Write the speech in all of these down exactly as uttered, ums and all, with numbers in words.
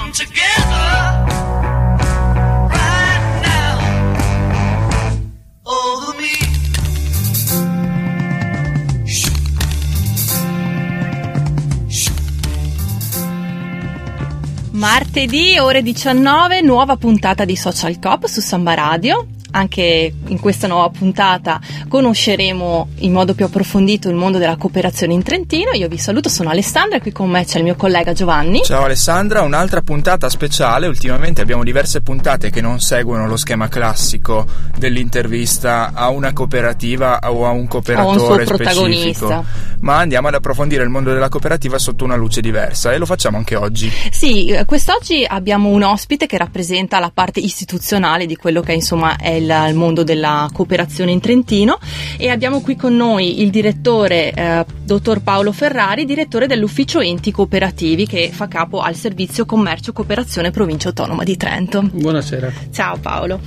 come together right now over me. Martedì, ore diciannove, nuova puntata di Social Coop su Samba Radio. Anche in questa nuova puntata conosceremo in modo più approfondito il mondo della cooperazione in Trentino. Io vi saluto, sono Alessandra e qui con me c'è il mio collega Giovanni. Ciao Alessandra, un'altra puntata speciale. Ultimamente abbiamo diverse puntate che non seguono lo schema classico dell'intervista a una cooperativa o a un cooperatore o un suo specifico, protagonista, ma andiamo ad approfondire il mondo della cooperativa sotto una luce diversa e lo facciamo anche oggi. Sì, quest'oggi abbiamo un ospite che rappresenta la parte istituzionale di quello che insomma è il, il mondo della cooperazione in Trentino, e abbiamo qui con noi il direttore eh, dottor Paolo Ferrari, direttore dell'ufficio enti cooperativi che fa capo al servizio commercio cooperazione provincia autonoma di Trento. Buonasera. Ciao Paolo.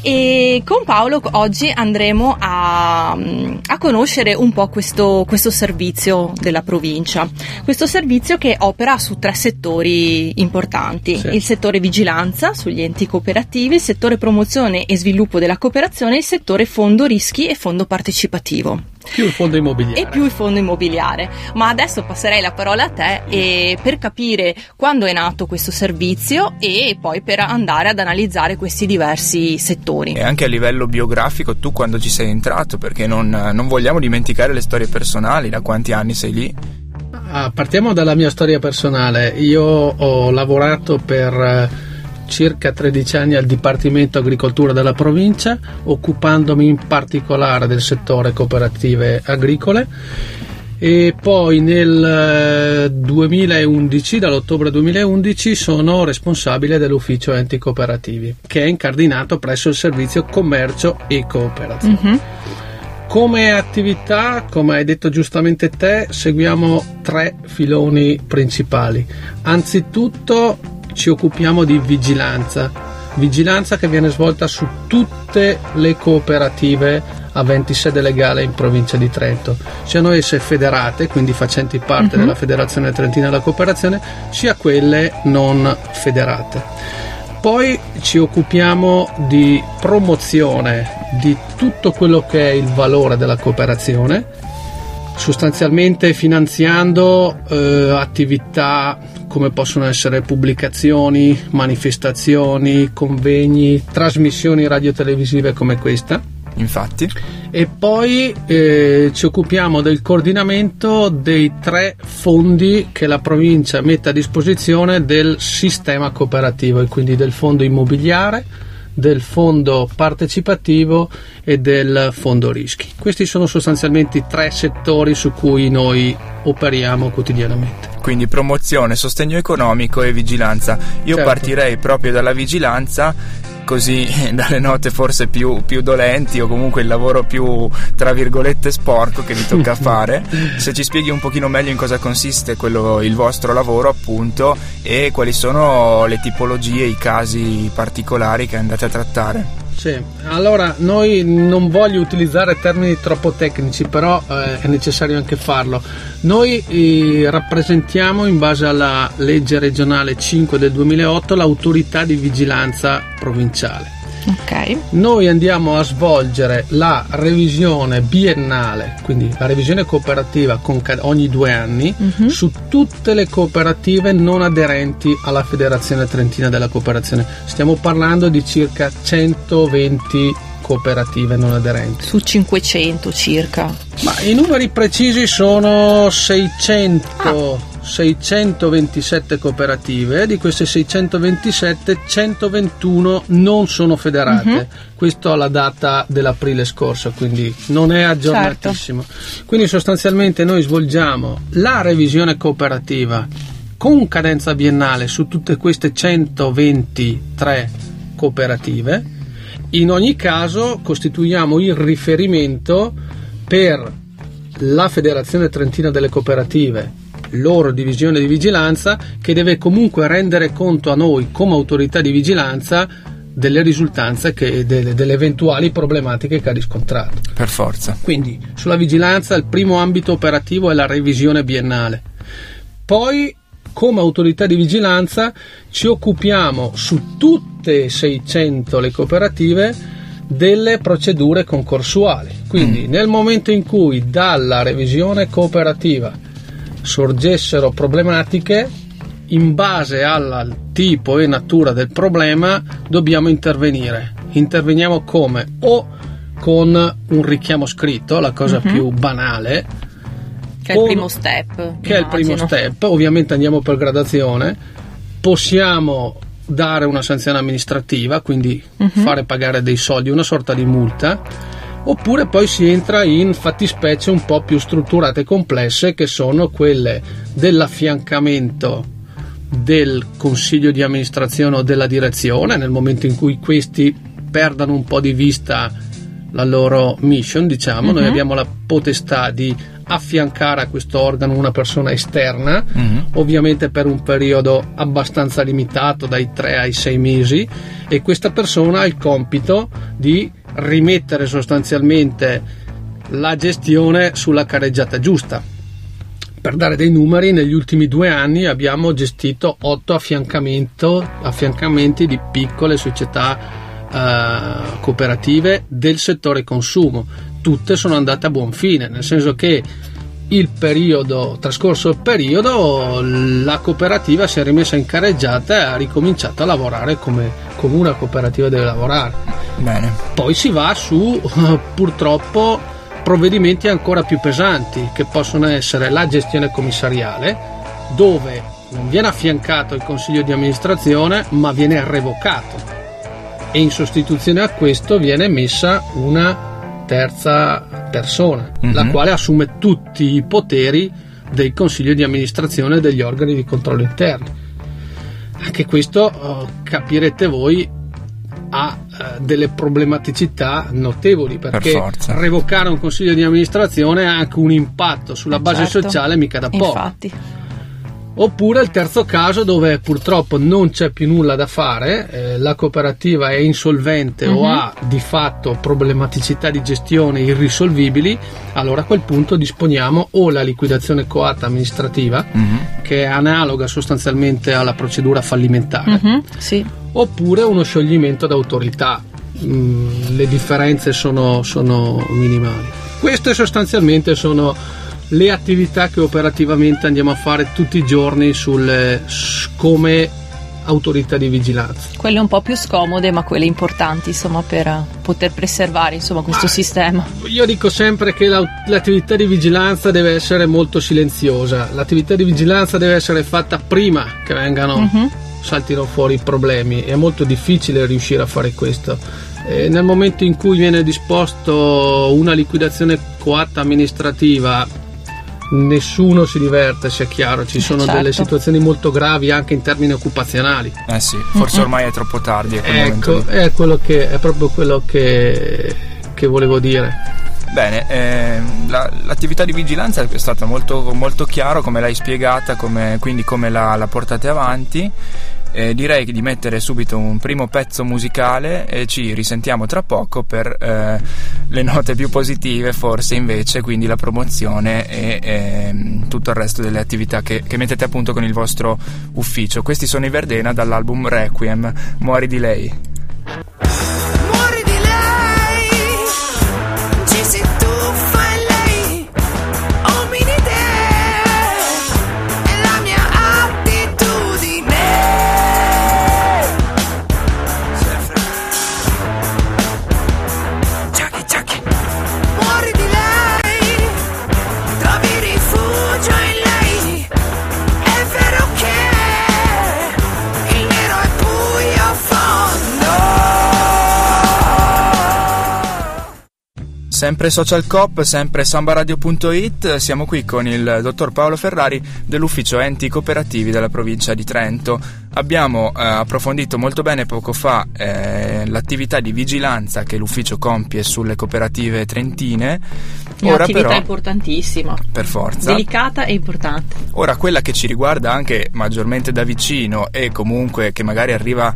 E con Paolo oggi andremo a, a conoscere un po' questo, questo servizio della provincia, questo servizio che opera su tre settori importanti: sì. Il settore vigilanza sugli enti cooperativi, il settore promozione e sviluppo della cooperazione e il settore fondo rischi e fondo partecipativo. Più il fondo immobiliare. E più il fondo immobiliare. Ma adesso passerei la parola a te e per capire quando è nato questo servizio e poi per andare ad analizzare questi diversi settori. E anche a livello biografico, tu quando ci sei entrato, perché non, non vogliamo dimenticare le storie personali, da quanti anni sei lì? Ah, partiamo dalla mia storia personale. Io ho lavorato per circa tredici anni al Dipartimento Agricoltura della provincia, occupandomi in particolare del settore cooperative agricole, e poi nel duemilaundici, dall'ottobre duemilaundici, sono responsabile dell'ufficio enti cooperativi, che è incardinato presso il servizio commercio e cooperazione. Mm-hmm. Come attività, come hai detto giustamente te, seguiamo tre filoni principali. Anzitutto ci occupiamo di vigilanza, vigilanza che viene svolta su tutte le cooperative aventi sede legale in provincia di Trento, siano esse federate, quindi facenti parte uh-huh. della Federazione Trentina della Cooperazione, sia quelle non federate. Poi ci occupiamo di promozione di tutto quello che è il valore della cooperazione, sostanzialmente finanziando eh, attività come possono essere pubblicazioni, manifestazioni, convegni, trasmissioni radiotelevisive come questa. Infatti. E poi eh, ci occupiamo del coordinamento dei tre fondi che la provincia mette a disposizione del sistema cooperativo, e quindi del fondo immobiliare, del fondo partecipativo e del fondo rischi. Questi sono sostanzialmente i tre settori su cui noi operiamo quotidianamente. Quindi promozione, sostegno economico e vigilanza. Io certo. partirei proprio dalla vigilanza, così dalle note forse più, più dolenti, o comunque il lavoro più tra virgolette sporco che vi tocca fare. Se ci spieghi un pochino meglio in cosa consiste quello, il vostro lavoro appunto, e quali sono le tipologie, i casi particolari che andate a trattare. Sì, allora noi non voglio utilizzare termini troppo tecnici, però eh, è necessario anche farlo. Noi eh, rappresentiamo, in base alla legge regionale cinque del duemilaotto, l'autorità di vigilanza provinciale. Okay. Noi andiamo a svolgere la revisione biennale, quindi la revisione cooperativa con ogni due anni, uh-huh. su tutte le cooperative non aderenti alla Federazione Trentina della Cooperazione. Stiamo parlando di circa centoventi cooperative non aderenti. Su cinquecento circa. Ma i numeri precisi sono seicento. Ah. seicentoventisette cooperative, di queste seicentoventisette centoventuno non sono federate. Uh-huh. Questo alla data dell'aprile scorso, quindi non è aggiornatissimo. Certo. Quindi sostanzialmente noi svolgiamo la revisione cooperativa con cadenza biennale su tutte queste centoventitré cooperative. In ogni caso costituiamo il riferimento per la Federazione Trentina delle Cooperative, loro divisione di vigilanza, che deve comunque rendere conto a noi come autorità di vigilanza delle risultanze, che, delle, delle eventuali problematiche che ha riscontrato. Per forza. Quindi sulla vigilanza il primo ambito operativo è la revisione biennale. Poi come autorità di vigilanza ci occupiamo su tutte e seicento le cooperative delle procedure concorsuali. Quindi mm. nel momento in cui dalla revisione cooperativa sorgessero problematiche, in base al tipo e natura del problema dobbiamo intervenire. Interveniamo come? O con un richiamo scritto, la cosa mm-hmm. più banale, che è il primo step. Che immagino. è il primo step, ovviamente andiamo per gradazione. Possiamo dare una sanzione amministrativa, quindi uh-huh. fare pagare dei soldi, una sorta di multa, oppure poi si entra in fattispecie un po' più strutturate e complesse, che sono quelle dell'affiancamento del consiglio di amministrazione o della direzione, nel momento in cui questi perdano un po' di vista la loro mission, diciamo. Uh-huh. Noi abbiamo la potestà di affiancare a questo organo una persona esterna, mm-hmm. ovviamente per un periodo abbastanza limitato, dai tre ai sei mesi, e questa persona ha il compito di rimettere sostanzialmente la gestione sulla carreggiata giusta. Per dare dei numeri, negli ultimi due anni abbiamo gestito otto affiancamenti di piccole società eh, cooperative del settore consumo. Tutte sono andate a buon fine, nel senso che il periodo, trascorso il periodo, la cooperativa si è rimessa in carreggiata e ha ricominciato a lavorare come, come una cooperativa deve lavorare. Bene. Poi si va su, purtroppo, provvedimenti ancora più pesanti, che possono essere la gestione commissariale, dove non viene affiancato il consiglio di amministrazione, ma viene revocato, e in sostituzione a questo viene messa una terza persona, mm-hmm. la quale assume tutti i poteri del consiglio di amministrazione e degli organi di controllo interni. Anche questo, oh, capirete voi, ha eh, delle problematicità notevoli, perché per revocare un consiglio di amministrazione ha anche un impatto sulla base certo. sociale mica da poco. Infatti. Oppure il terzo caso, dove purtroppo non c'è più nulla da fare, eh, la cooperativa è insolvente mm-hmm. o ha di fatto problematicità di gestione irrisolvibili, allora a quel punto disponiamo o la liquidazione coatta amministrativa, mm-hmm. che è analoga sostanzialmente alla procedura fallimentare, mm-hmm. sì. oppure uno scioglimento d'autorità. Mm, le differenze sono, sono minimali. Queste sostanzialmente sono le attività che operativamente andiamo a fare tutti i giorni sulle, come autorità di vigilanza. Quelle un po' più scomode, ma quelle importanti, insomma, per poter preservare, insomma, questo ah, sistema. Io dico sempre che la, l'attività di vigilanza deve essere molto silenziosa. L'attività di vigilanza deve essere fatta prima che vengano mm-hmm. saltino fuori i problemi. È molto difficile riuscire a fare questo. E nel momento in cui viene disposto una liquidazione coatta amministrativa, nessuno si diverte, sia chiaro. Ci sono certo. delle situazioni molto gravi anche in termini occupazionali. Eh sì, forse mm-hmm. ormai è troppo tardi. È ecco, è quello che è proprio quello che, che volevo dire. Bene, eh, la, l'attività di vigilanza è stata molto, molto chiaro come l'hai spiegata, come, quindi come la, la portate avanti. Eh, direi di mettere subito un primo pezzo musicale e ci risentiamo tra poco per eh, le note più positive, forse invece, quindi la promozione e eh, tutto il resto delle attività che, che mettete a punto con il vostro ufficio. Questi sono i Verdena dall'album Requiem, Muori di lei. Sempre Social Coop, sempre sambaradio punto it, siamo qui con il dottor Paolo Ferrari dell'ufficio enti cooperativi della provincia di Trento. Abbiamo eh, approfondito molto bene poco fa eh, l'attività di vigilanza che l'ufficio compie sulle cooperative trentine. Ora Un'attività però, importantissima, per forza, delicata e importante. Ora quella che ci riguarda anche maggiormente da vicino e comunque che magari arriva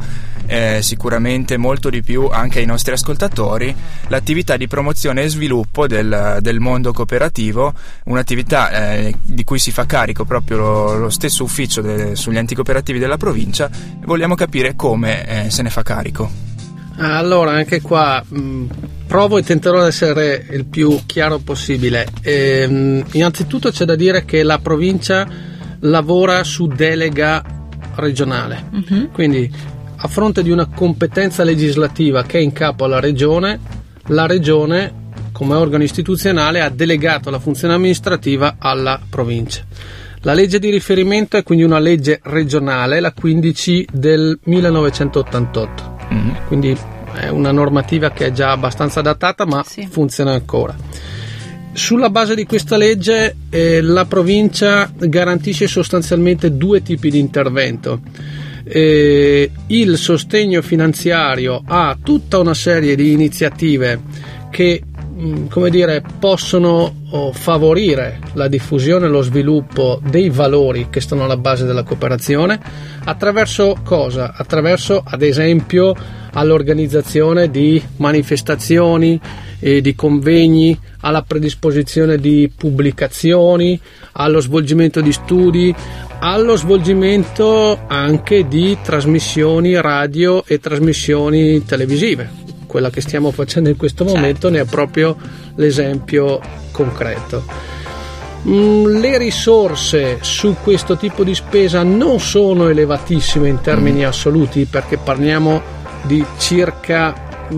eh, sicuramente molto di più anche ai nostri ascoltatori l'attività di promozione e sviluppo del, del mondo cooperativo, un'attività eh, di cui si fa carico proprio lo, lo stesso ufficio de, sugli enti cooperativi della provincia. Vogliamo capire come eh, se ne fa carico. Allora, anche qua mh, provo e tenterò di essere il più chiaro possibile. Ehm, innanzitutto c'è da dire che la provincia lavora su delega regionale, uh-huh. Quindi a fronte di una competenza legislativa che è in capo alla regione, la regione come organo istituzionale ha delegato la funzione amministrativa alla provincia. La legge di riferimento è quindi una legge regionale, la quindici del millenovecentottantotto. Mm-hmm. Quindi è una normativa che è già abbastanza datata, ma sì, funziona ancora. Sulla base di questa legge eh, la provincia garantisce sostanzialmente due tipi di intervento. Eh, il sostegno finanziario a tutta una serie di iniziative che mh, come dire, possono oh, favorire la diffusione e lo sviluppo dei valori che stanno alla base della cooperazione. Attraverso cosa? Attraverso, ad esempio, all'organizzazione di manifestazioni, eh, di convegni, alla predisposizione di pubblicazioni, allo svolgimento di studi, allo svolgimento anche di trasmissioni radio e trasmissioni televisive. Quella che stiamo facendo in questo momento, certo, ne è proprio l'esempio concreto. Le risorse su questo tipo di spesa non sono elevatissime in termini assoluti, perché parliamo di circa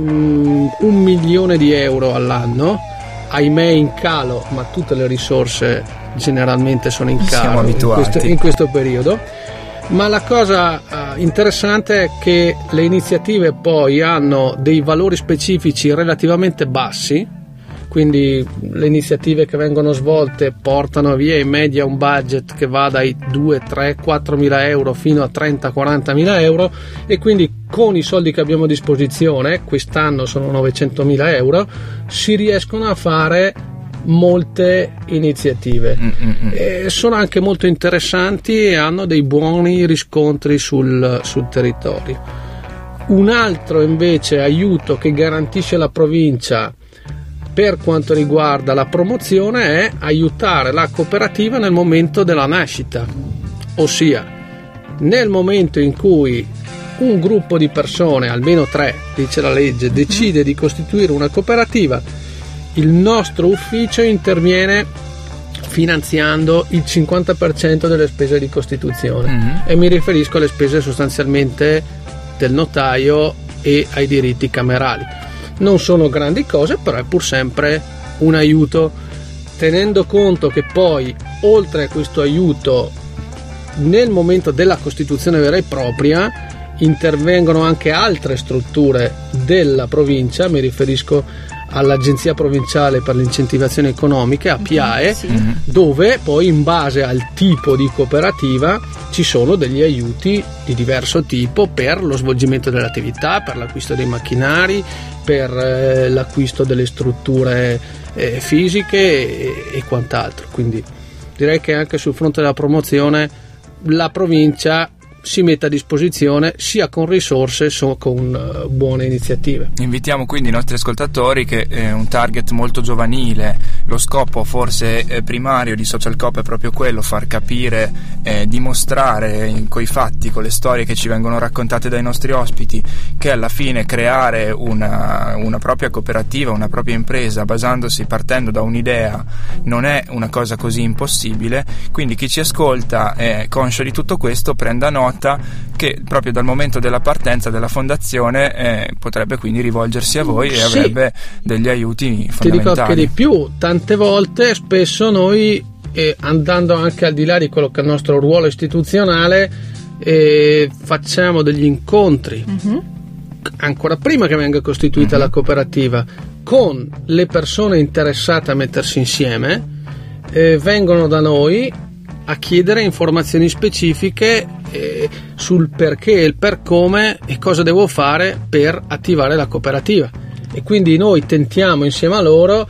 um, un milione di euro all'anno, ahimè in calo, ma tutte le risorse generalmente sono in calo in questo, in questo periodo. Ma la cosa uh, interessante è che le iniziative poi hanno dei valori specifici relativamente bassi, quindi le iniziative che vengono svolte portano via in media un budget che va dai due, tre, quattro mila euro fino a trenta, quaranta mila euro, e quindi con i soldi che abbiamo a disposizione, quest'anno sono novecentomila euro, si riescono a fare molte iniziative. E sono anche molto interessanti e hanno dei buoni riscontri sul, sul territorio. Un altro invece aiuto che garantisce la provincia per quanto riguarda la promozione è aiutare la cooperativa nel momento della nascita, ossia nel momento in cui un gruppo di persone, almeno tre, dice la legge, decide di costituire una cooperativa, il nostro ufficio interviene finanziando il cinquanta per cento delle spese di costituzione, mm-hmm. e mi riferisco alle spese sostanzialmente del notaio e ai diritti camerali. Non sono grandi cose, però è pur sempre un aiuto, tenendo conto che poi oltre a questo aiuto nel momento della costituzione vera e propria intervengono anche altre strutture della provincia, mi riferisco all'Agenzia Provinciale per l'Incentivazione Economiche, A P A E, sì, dove poi in base al tipo di cooperativa ci sono degli aiuti di diverso tipo per lo svolgimento dell'attività, per l'acquisto dei macchinari, per eh, l'acquisto delle strutture eh, fisiche e, e quant'altro. Quindi direi che anche sul fronte della promozione la provincia si mette a disposizione sia con risorse sia con uh, buone iniziative. Invitiamo quindi i nostri ascoltatori, che è un target molto giovanile, lo scopo forse eh, primario di Social Coop è proprio quello, far capire, eh, dimostrare coi fatti, con le storie che ci vengono raccontate dai nostri ospiti, che alla fine creare una, una propria cooperativa, una propria impresa basandosi, partendo da un'idea, non è una cosa così impossibile. Quindi chi ci ascolta è conscio di tutto questo, prenda nota che proprio dal momento della partenza della fondazione eh, potrebbe quindi rivolgersi a voi, sì, e avrebbe degli aiuti fondamentali. Ti dico anche di più, tante volte, spesso noi eh, andando anche al di là di quello che è il nostro ruolo istituzionale, eh, facciamo degli incontri, mm-hmm. ancora prima che venga costituita, mm-hmm. la cooperativa, con le persone interessate a mettersi insieme, eh, vengono da noi a chiedere informazioni specifiche eh, sul perché, il per come e cosa devo fare per attivare la cooperativa, e quindi noi tentiamo insieme a loro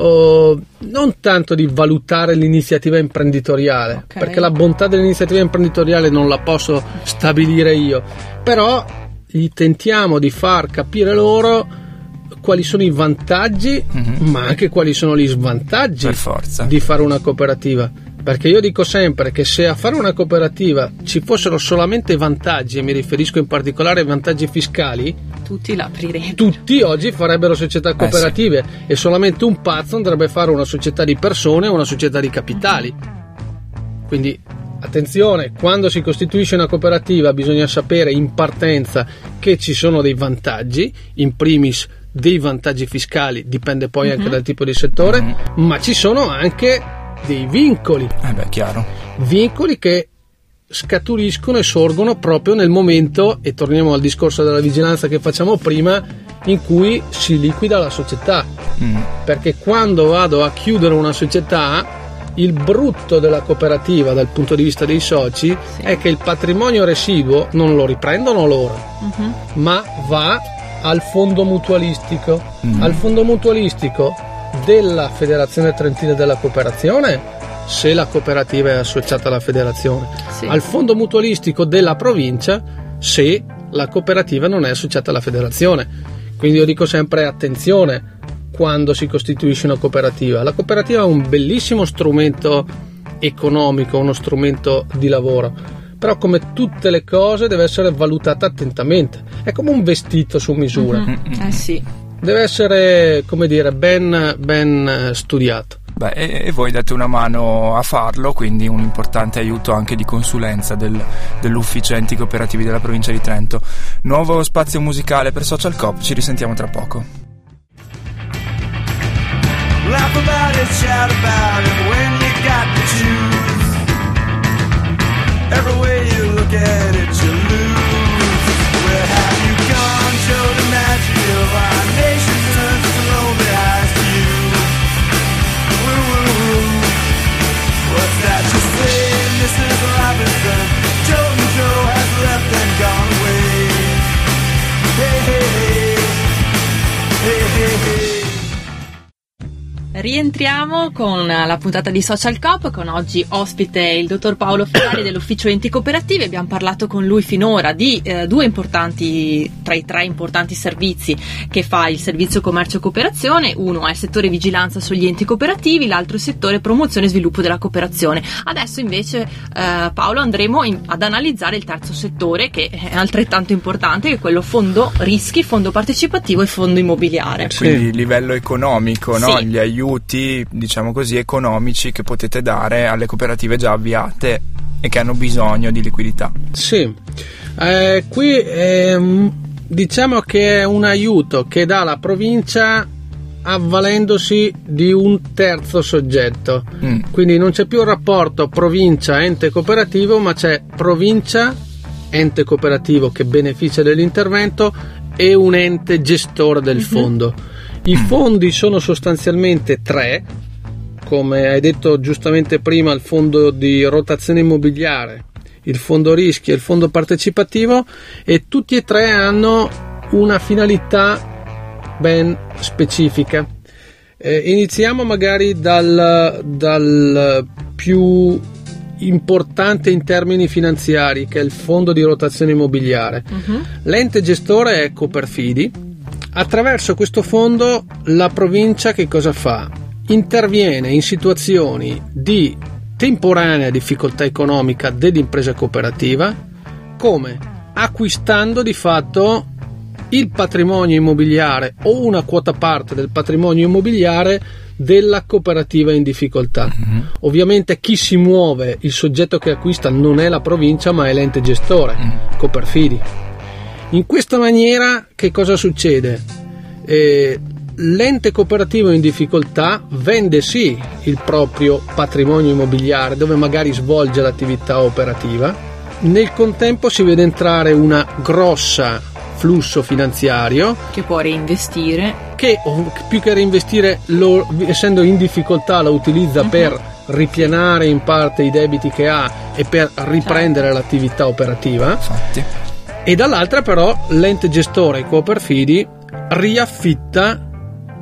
oh, non tanto di valutare l'iniziativa imprenditoriale, okay. perché la bontà dell'iniziativa imprenditoriale non la posso stabilire io, però gli tentiamo di far capire loro quali sono i vantaggi, mm-hmm. ma anche quali sono gli svantaggi per forza. Di fare una cooperativa. Perché io dico sempre che se a fare una cooperativa ci fossero solamente vantaggi, e mi riferisco in particolare ai vantaggi fiscali, tutti l'aprirebbero. Tutti oggi farebbero società cooperative, eh sì. E solamente un pazzo andrebbe a fare una società di persone o una società di capitali. Quindi attenzione, quando si costituisce una cooperativa bisogna sapere in partenza che ci sono dei vantaggi, in primis dei vantaggi fiscali, dipende poi mm-hmm. anche dal tipo di settore, mm-hmm. ma ci sono anche dei vincoli. Eh beh, chiaro. Vincoli che scaturiscono e sorgono proprio nel momento, e torniamo al discorso della vigilanza che facciamo prima, in cui si liquida la società. Mm. Perché quando vado a chiudere una società, il brutto della cooperativa dal punto di vista dei soci sì. è che il patrimonio residuo non lo riprendono loro, mm-hmm. ma va al fondo mutualistico. Mm. Al fondo mutualistico della Federazione Trentina della Cooperazione, se la cooperativa è associata alla federazione, sì. al fondo mutualistico della provincia, se la cooperativa non è associata alla federazione. Quindi io dico sempre attenzione quando si costituisce una cooperativa. La cooperativa è un bellissimo strumento economico, uno strumento di lavoro, però come tutte le cose deve essere valutata attentamente. È come un vestito su misura. Mm-hmm. Eh sì. Deve essere, come dire, ben, ben studiato. Beh, e, e voi date una mano a farlo, quindi un importante aiuto anche di consulenza del, dell'ufficio enti cooperativi della provincia di Trento. Nuovo spazio musicale per Social Coop, ci risentiamo tra poco. Laugh about it, shout about it when you got to choose. Every way you look at it, you lose. Where have you gone? Show the magic of our nation turns to lonely eyes to you. Woo woo woo. What's that you say, Missus Robinson? Joe and Joe has left and gone away. Hey hey hey, hey hey hey. Rientriamo con la puntata di Social Coop, con oggi ospite il dottor Paolo Ferrari dell'ufficio enti cooperativi. Abbiamo parlato con lui finora di eh, due importanti, tra i tre importanti servizi che fa il servizio commercio cooperazione. Uno è il settore vigilanza sugli enti cooperativi, l'altro è il settore promozione e sviluppo della cooperazione. Adesso invece eh, Paolo andremo in, ad analizzare il terzo settore, che è altrettanto importante, che è quello fondo rischi, fondo partecipativo e fondo immobiliare. Sì. Quindi livello economico, no? Sì. Gli aiuti, diciamo così, economici che potete dare alle cooperative già avviate e che hanno bisogno di liquidità. Sì, eh, qui eh, diciamo che è un aiuto che dà la provincia avvalendosi di un terzo soggetto, mm. quindi non c'è più il rapporto provincia-ente cooperativo, ma c'è provincia-ente cooperativo che beneficia dell'intervento e un ente gestore del mm-hmm. fondo. I fondi sono sostanzialmente tre, come hai detto giustamente prima, il fondo di rotazione immobiliare, il fondo rischi e il fondo partecipativo, e tutti e tre hanno una finalità ben specifica. Eh, iniziamo magari dal, dal più importante in termini finanziari, che è il fondo di rotazione immobiliare. Uh-huh. L'ente gestore è Cooperfidi. Attraverso questo fondo la provincia che cosa fa? Interviene in situazioni di temporanea difficoltà economica dell'impresa cooperativa, come? Acquistando di fatto il patrimonio immobiliare o una quota parte del patrimonio immobiliare della cooperativa in difficoltà. Mm-hmm. Ovviamente chi si muove, il soggetto che acquista non è la provincia ma è l'ente gestore, mm. Cooperfidi. In questa maniera che cosa succede? Eh, l'ente cooperativo in difficoltà vende sì il proprio patrimonio immobiliare dove magari svolge l'attività operativa, nel contempo si vede entrare una grossa flusso finanziario che può reinvestire, che più che reinvestire lo, essendo in difficoltà lo utilizza uh-huh. per ripianare in parte i debiti che ha e per riprendere certo. l'attività operativa. Infatti. E dall'altra però l'ente gestore Cooperfidi riaffitta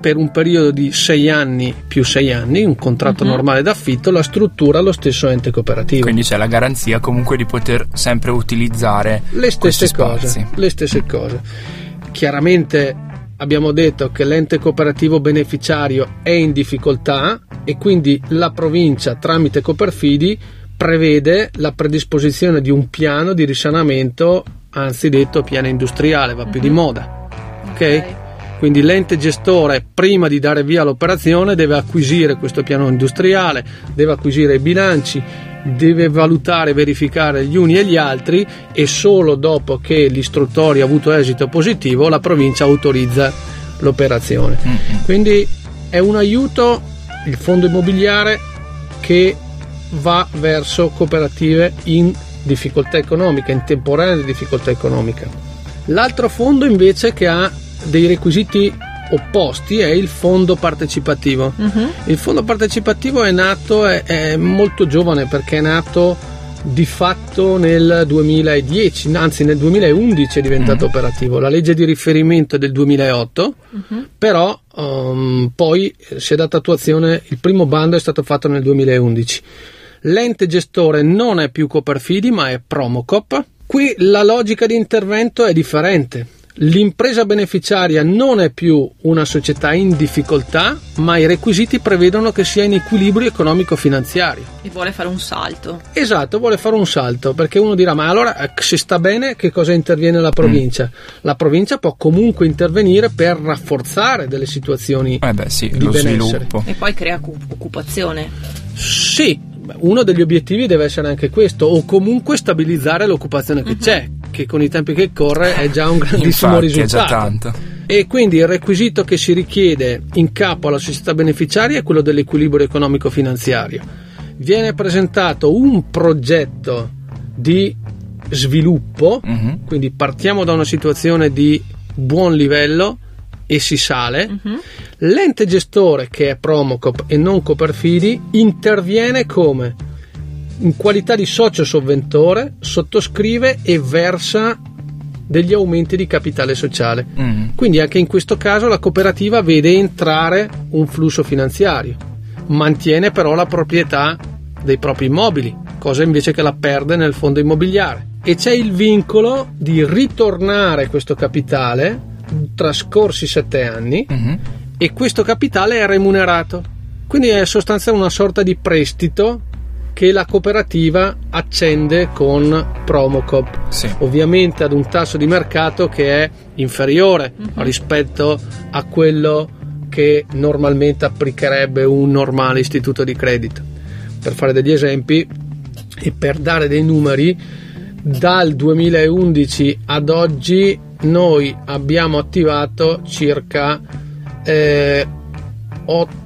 per un periodo di sei anni più sei anni, un contratto uh-huh. normale d'affitto, la struttura lo stesso ente cooperativo. Quindi c'è la garanzia comunque di poter sempre utilizzare le stesse cose, spazi. le stesse mm. cose. Chiaramente abbiamo detto che l'ente cooperativo beneficiario è in difficoltà e quindi la provincia tramite Coperfidi prevede la predisposizione di un piano di risanamento, anzi detto piano industriale, va uh-huh. più di moda. Ok? okay. Quindi l'ente gestore, prima di dare via all'operazione, deve acquisire questo piano industriale, deve acquisire i bilanci, deve valutare e verificare gli uni e gli altri, e solo dopo che l'istruttoria ha avuto esito positivo la provincia autorizza l'operazione. Mm-hmm. Quindi è un aiuto, il fondo immobiliare, che va verso cooperative in difficoltà economica, in temporanea difficoltà economica. L'altro fondo invece, che ha dei requisiti opposti, è il fondo partecipativo. Uh-huh. Il fondo partecipativo è nato, è, è molto giovane, perché è nato di fatto nel duemiladieci, anzi nel duemilaundici è diventato uh-huh. operativo. La legge di riferimento è del duemilaotto, uh-huh. però um, poi si è data attuazione, il primo bando è stato fatto nel duemilaundici. L'ente gestore non è più Coperfidi ma è Promocop. Qui la logica di intervento è differente. L'impresa beneficiaria non è più una società in difficoltà, ma i requisiti prevedono che sia in equilibrio economico-finanziario. E vuole fare un salto. Esatto, vuole fare un salto, perché uno dirà: ma allora se sta bene, che cosa interviene la provincia? Mm. La provincia può comunque intervenire per rafforzare delle situazioni eh beh, sì, di lo benessere. Sviluppo. E poi crea occupazione. Sì, uno degli obiettivi deve essere anche questo, o comunque stabilizzare l'occupazione che uh-huh. c'è, che con i tempi che corre è già un grandissimo Infatti, risultato. È già tanto. E quindi il requisito che si richiede in capo alla società beneficiaria è quello dell'equilibrio economico-finanziario. Viene presentato un progetto di sviluppo, uh-huh. quindi partiamo da una situazione di buon livello e si sale. Uh-huh. L'ente gestore, che è Promocop e non Coperfidi, interviene come? In qualità di socio sovventore, sottoscrive e versa degli aumenti di capitale sociale. Mm. Quindi anche in questo caso la cooperativa vede entrare un flusso finanziario, mantiene però la proprietà dei propri immobili, cosa invece che la perde nel fondo immobiliare, e c'è il vincolo di ritornare questo capitale trascorsi sette anni, mm-hmm. e questo capitale è remunerato, quindi è sostanzialmente una sorta di prestito che la cooperativa accende con Promocop, sì. ovviamente ad un tasso di mercato che è inferiore uh-huh. rispetto a quello che normalmente applicherebbe un normale istituto di credito. Per fare degli esempi e per dare dei numeri, dal duemilaundici ad oggi noi abbiamo attivato circa eh, otto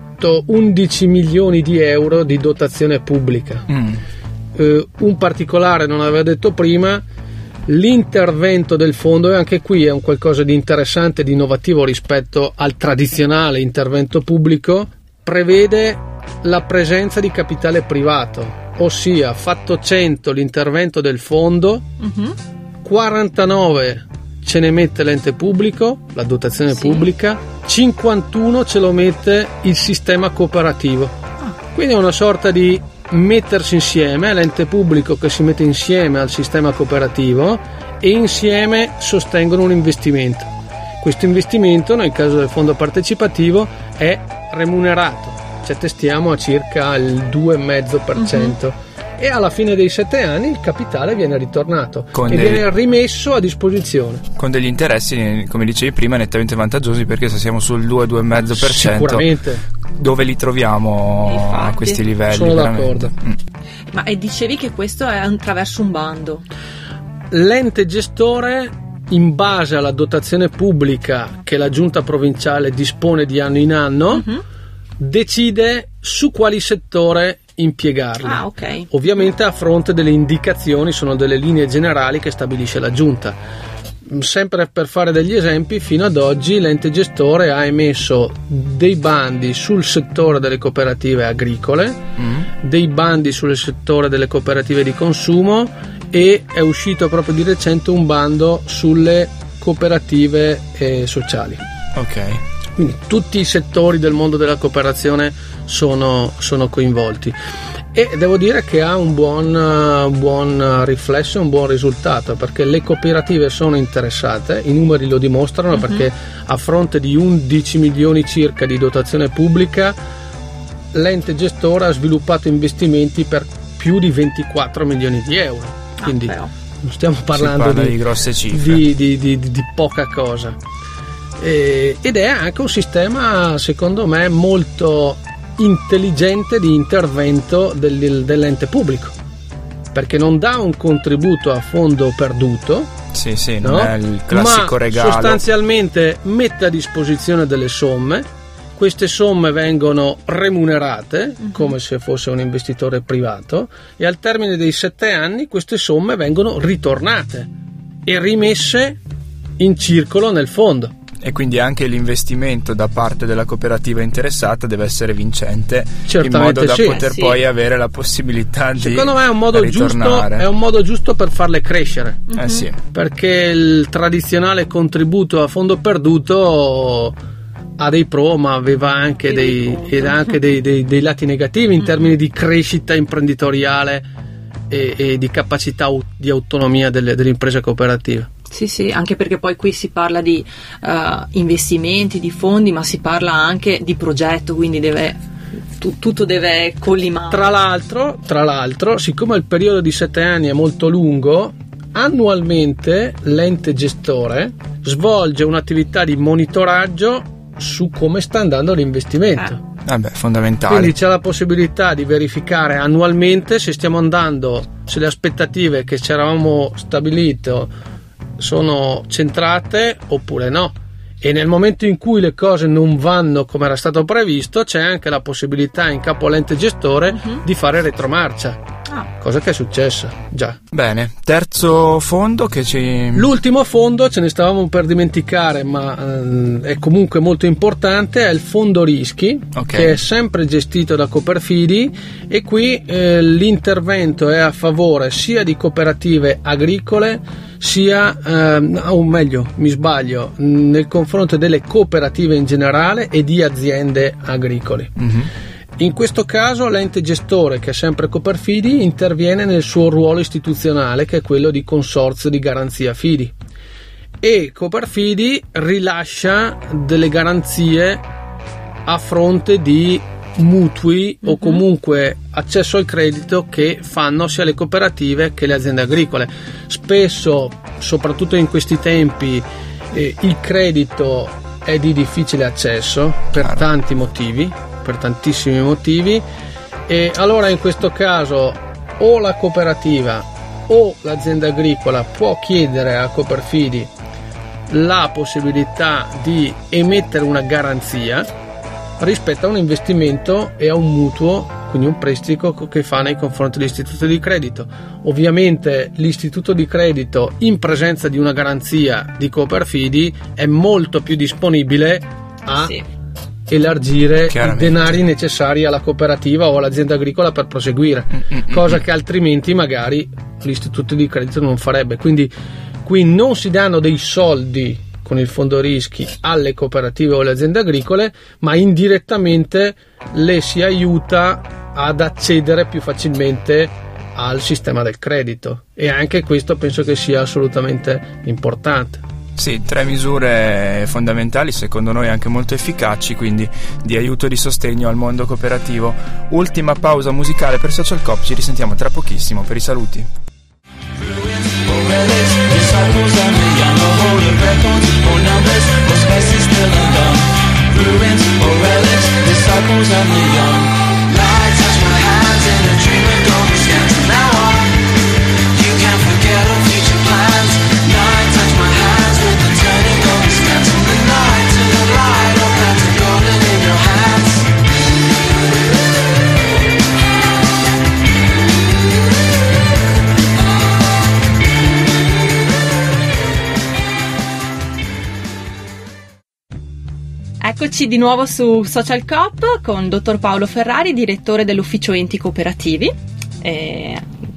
undici milioni di euro di dotazione pubblica. Mm. Eh, un particolare non avevo detto prima: l'intervento del fondo, e anche qui è un qualcosa di interessante, di innovativo rispetto al tradizionale intervento pubblico, prevede la presenza di capitale privato, ossia fatto cento l'intervento del fondo, mm-hmm. quarantanove ce ne mette l'ente pubblico, la dotazione sì. pubblica, cinquantuno ce lo mette il sistema cooperativo. Ah. Quindi è una sorta di mettersi insieme, l'ente pubblico che si mette insieme al sistema cooperativo e insieme sostengono un investimento. Questo investimento, nel caso del fondo partecipativo, è remunerato, ci attestiamo a circa il due virgola cinque per cento. Uh-huh. E alla fine dei sette anni il capitale viene ritornato con e dei... viene rimesso a disposizione con degli interessi, come dicevi prima, nettamente vantaggiosi, perché se siamo sul due due virgola cinque per cento sicuramente dove li troviamo Infatti, a questi livelli? Sono veramente. d'accordo. Mm. Ma e dicevi che questo è attraverso un bando? L'ente gestore, in base alla dotazione pubblica che la giunta provinciale dispone di anno in anno, uh-huh. decide su quali settore impiegarli. Ah, okay. Ovviamente a fronte delle indicazioni, sono delle linee generali che stabilisce la giunta. Sempre per fare degli esempi, fino ad oggi l'ente gestore ha emesso dei bandi sul settore delle cooperative agricole, mm. dei bandi sul settore delle cooperative di consumo, e è uscito proprio di recente un bando sulle cooperative eh, sociali. Ok. Quindi tutti i settori del mondo della cooperazione sono, sono coinvolti, e devo dire che ha un buon, uh, buon riflesso, un buon risultato, perché le cooperative sono interessate, i numeri lo dimostrano, uh-huh. perché a fronte di undici milioni circa di dotazione pubblica, l'ente gestore ha sviluppato investimenti per più di ventiquattro milioni di euro, quindi ah, non stiamo parlando parla di, di grosse cifre, di, di, di, di poca cosa, e, ed è anche un sistema secondo me molto intelligente di intervento del, dell'ente pubblico, perché non dà un contributo a fondo perduto, sì sì, no? non è il classico ma regalo, sostanzialmente mette a disposizione delle somme, queste somme vengono remunerate uh-huh. come se fosse un investitore privato, e al termine dei sette anni queste somme vengono ritornate e rimesse in circolo nel fondo. E quindi anche l'investimento da parte della cooperativa interessata deve essere vincente, certamente, in modo da sì. poter eh, sì. poi avere la possibilità Secondo di Secondo me è un modo giusto, è un modo giusto per farle crescere, uh-huh. eh sì. perché il tradizionale contributo a fondo perduto ha dei pro, ma aveva anche e dei, dei, ed anche dei, dei, dei lati negativi in uh-huh. termini di crescita imprenditoriale e, e di capacità di autonomia delle, delle imprese cooperative. Sì, sì, anche perché poi qui si parla di uh, investimenti, di fondi, ma si parla anche di progetto, quindi deve, tu, tutto deve collimare. Tra l'altro, tra l'altro, siccome il periodo di sette anni è molto lungo, annualmente l'ente gestore svolge un'attività di monitoraggio su come sta andando l'investimento. Eh. Vabbè, fondamentale. Quindi c'è la possibilità di verificare annualmente se stiamo andando, se le aspettative che ci eravamo stabilito sono centrate oppure no, e nel momento in cui le cose non vanno come era stato previsto c'è anche la possibilità in capo all'ente gestore uh-huh. di fare retromarcia, ah. cosa che è successa già. Bene, terzo fondo che ci... L'ultimo fondo, ce ne stavamo per dimenticare, ma ehm, è comunque molto importante, è il fondo rischi, okay. che è sempre gestito da Cooperfidi, e qui eh, l'intervento è a favore sia di cooperative agricole sia, ehm, o meglio, mi sbaglio, nel confronto delle cooperative in generale e di aziende agricole. Mm-hmm. In questo caso l'ente gestore, che è sempre Cooperfidi, interviene nel suo ruolo istituzionale, che è quello di consorzio di garanzia fidi, e Cooperfidi rilascia delle garanzie a fronte di mutui mm-hmm. o comunque accesso al credito che fanno sia le cooperative che le aziende agricole. Spesso, soprattutto in questi tempi, eh, il credito è di difficile accesso per Chiaro. tanti motivi, per tantissimi motivi, e allora in questo caso o la cooperativa o l'azienda agricola può chiedere a Cooperfidi la possibilità di emettere una garanzia rispetto a un investimento e a un mutuo, quindi un prestito che fa nei confronti dell'istituto di credito. Ovviamente l'istituto di credito, in presenza di una garanzia di Cooperfidi, è molto più disponibile a sì. elargire i denari necessari alla cooperativa o all'azienda agricola per proseguire, Mm-mm-mm. cosa che altrimenti magari l'istituto di credito non farebbe. Quindi qui non si danno dei soldi con il fondo rischi alle cooperative o alle aziende agricole, ma indirettamente le si aiuta ad accedere più facilmente al sistema del credito, e anche questo penso che sia assolutamente importante. Sì, tre misure fondamentali, secondo noi anche molto efficaci, quindi di aiuto e di sostegno al mondo cooperativo. Ultima pausa musicale per Social Coop, ci risentiamo tra pochissimo per i saluti. Eccoci di nuovo su Social Coop con dottor Paolo Ferrari, direttore dell'ufficio enti cooperativi. E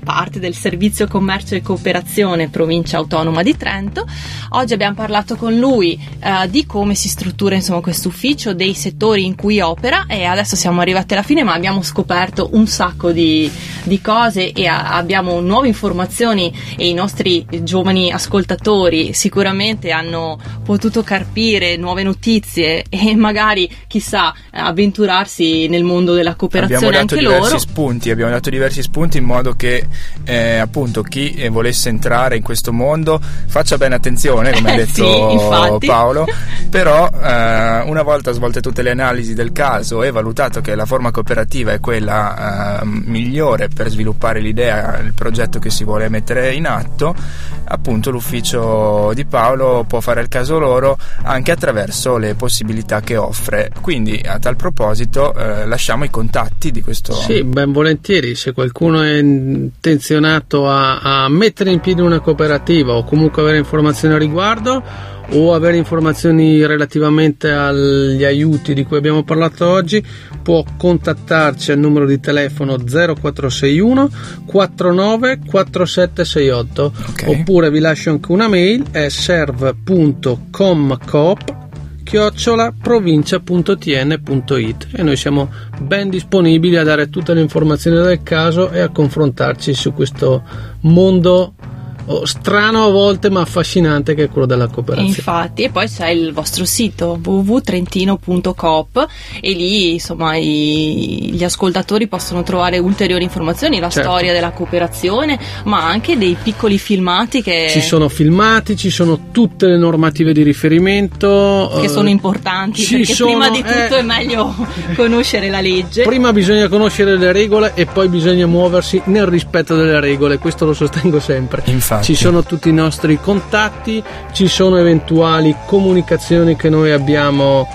parte del Servizio Commercio e Cooperazione Provincia Autonoma di Trento. Oggi abbiamo parlato con lui eh, di come si struttura insomma questo ufficio, dei settori in cui opera, e adesso siamo arrivati alla fine, ma abbiamo scoperto un sacco di, di cose e a, abbiamo nuove informazioni, e i nostri giovani ascoltatori sicuramente hanno potuto carpire nuove notizie e magari chissà avventurarsi nel mondo della cooperazione anche loro. Abbiamo dato diversi spunti, abbiamo dato diversi spunti in modo che eh, appunto chi eh, volesse entrare in questo mondo faccia bene attenzione, come ha detto sì, Paolo, però eh, una volta svolte tutte le analisi del caso e valutato che la forma cooperativa è quella eh, migliore per sviluppare l'idea, il progetto che si vuole mettere in atto, appunto l'ufficio di Paolo può fare il caso loro anche attraverso le possibilità che offre. Quindi a tal proposito eh, lasciamo i contatti di questo. Sì, ben volentieri, se qualcuno è intenzionato a, a mettere in piedi una cooperativa o comunque avere informazioni a riguardo o avere informazioni relativamente agli aiuti di cui abbiamo parlato oggi, può contattarci al numero di telefono zero quattro sei uno quattro nove quattro sette sei otto, okay. Oppure vi lascio anche una mail, è serv punto comcoop chiocciola provincia punto t n punto i t, e noi siamo ben disponibili a dare tutte le informazioni del caso e a confrontarci su questo mondo Oh, strano a volte ma affascinante, che è quello della cooperazione. Infatti, e poi c'è il vostro sito w w w punto trentino punto coop e lì insomma i, gli ascoltatori possono trovare ulteriori informazioni, la certo. storia della cooperazione, ma anche dei piccoli filmati che ci sono filmati, ci sono tutte le normative di riferimento che sono importanti, perché sono, prima di tutto eh, è meglio conoscere la legge. Prima bisogna conoscere le regole e poi bisogna muoversi nel rispetto delle regole, questo lo sostengo sempre. Infatti. Ci sono tutti i nostri contatti, ci sono eventuali comunicazioni che noi abbiamo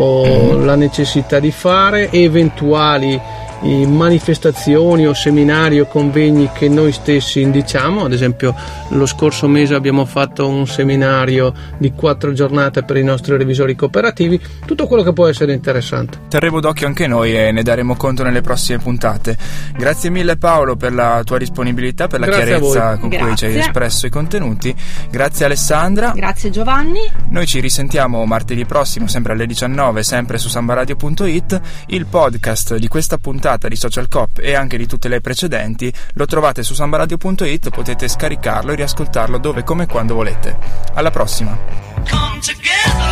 o mm. la necessità di fare, eventuali manifestazioni o seminari o convegni che noi stessi indiciamo. Ad esempio lo scorso mese abbiamo fatto un seminario di quattro giornate per i nostri revisori cooperativi, tutto quello che può essere interessante. Terremo d'occhio anche noi e ne daremo conto nelle prossime puntate. Grazie mille Paolo per la tua disponibilità, per la Grazie chiarezza con Grazie. cui ci hai espresso i contenuti. Grazie Alessandra. Grazie Giovanni. Noi ci risentiamo martedì prossimo sempre alle diciannove, sempre su sambaradio punto it. Il podcast di questa puntata di Social Coop e anche di tutte le precedenti lo trovate su sambaradio punto it, potete scaricarlo e riascoltarlo dove, come e quando volete. Alla prossima. Come together.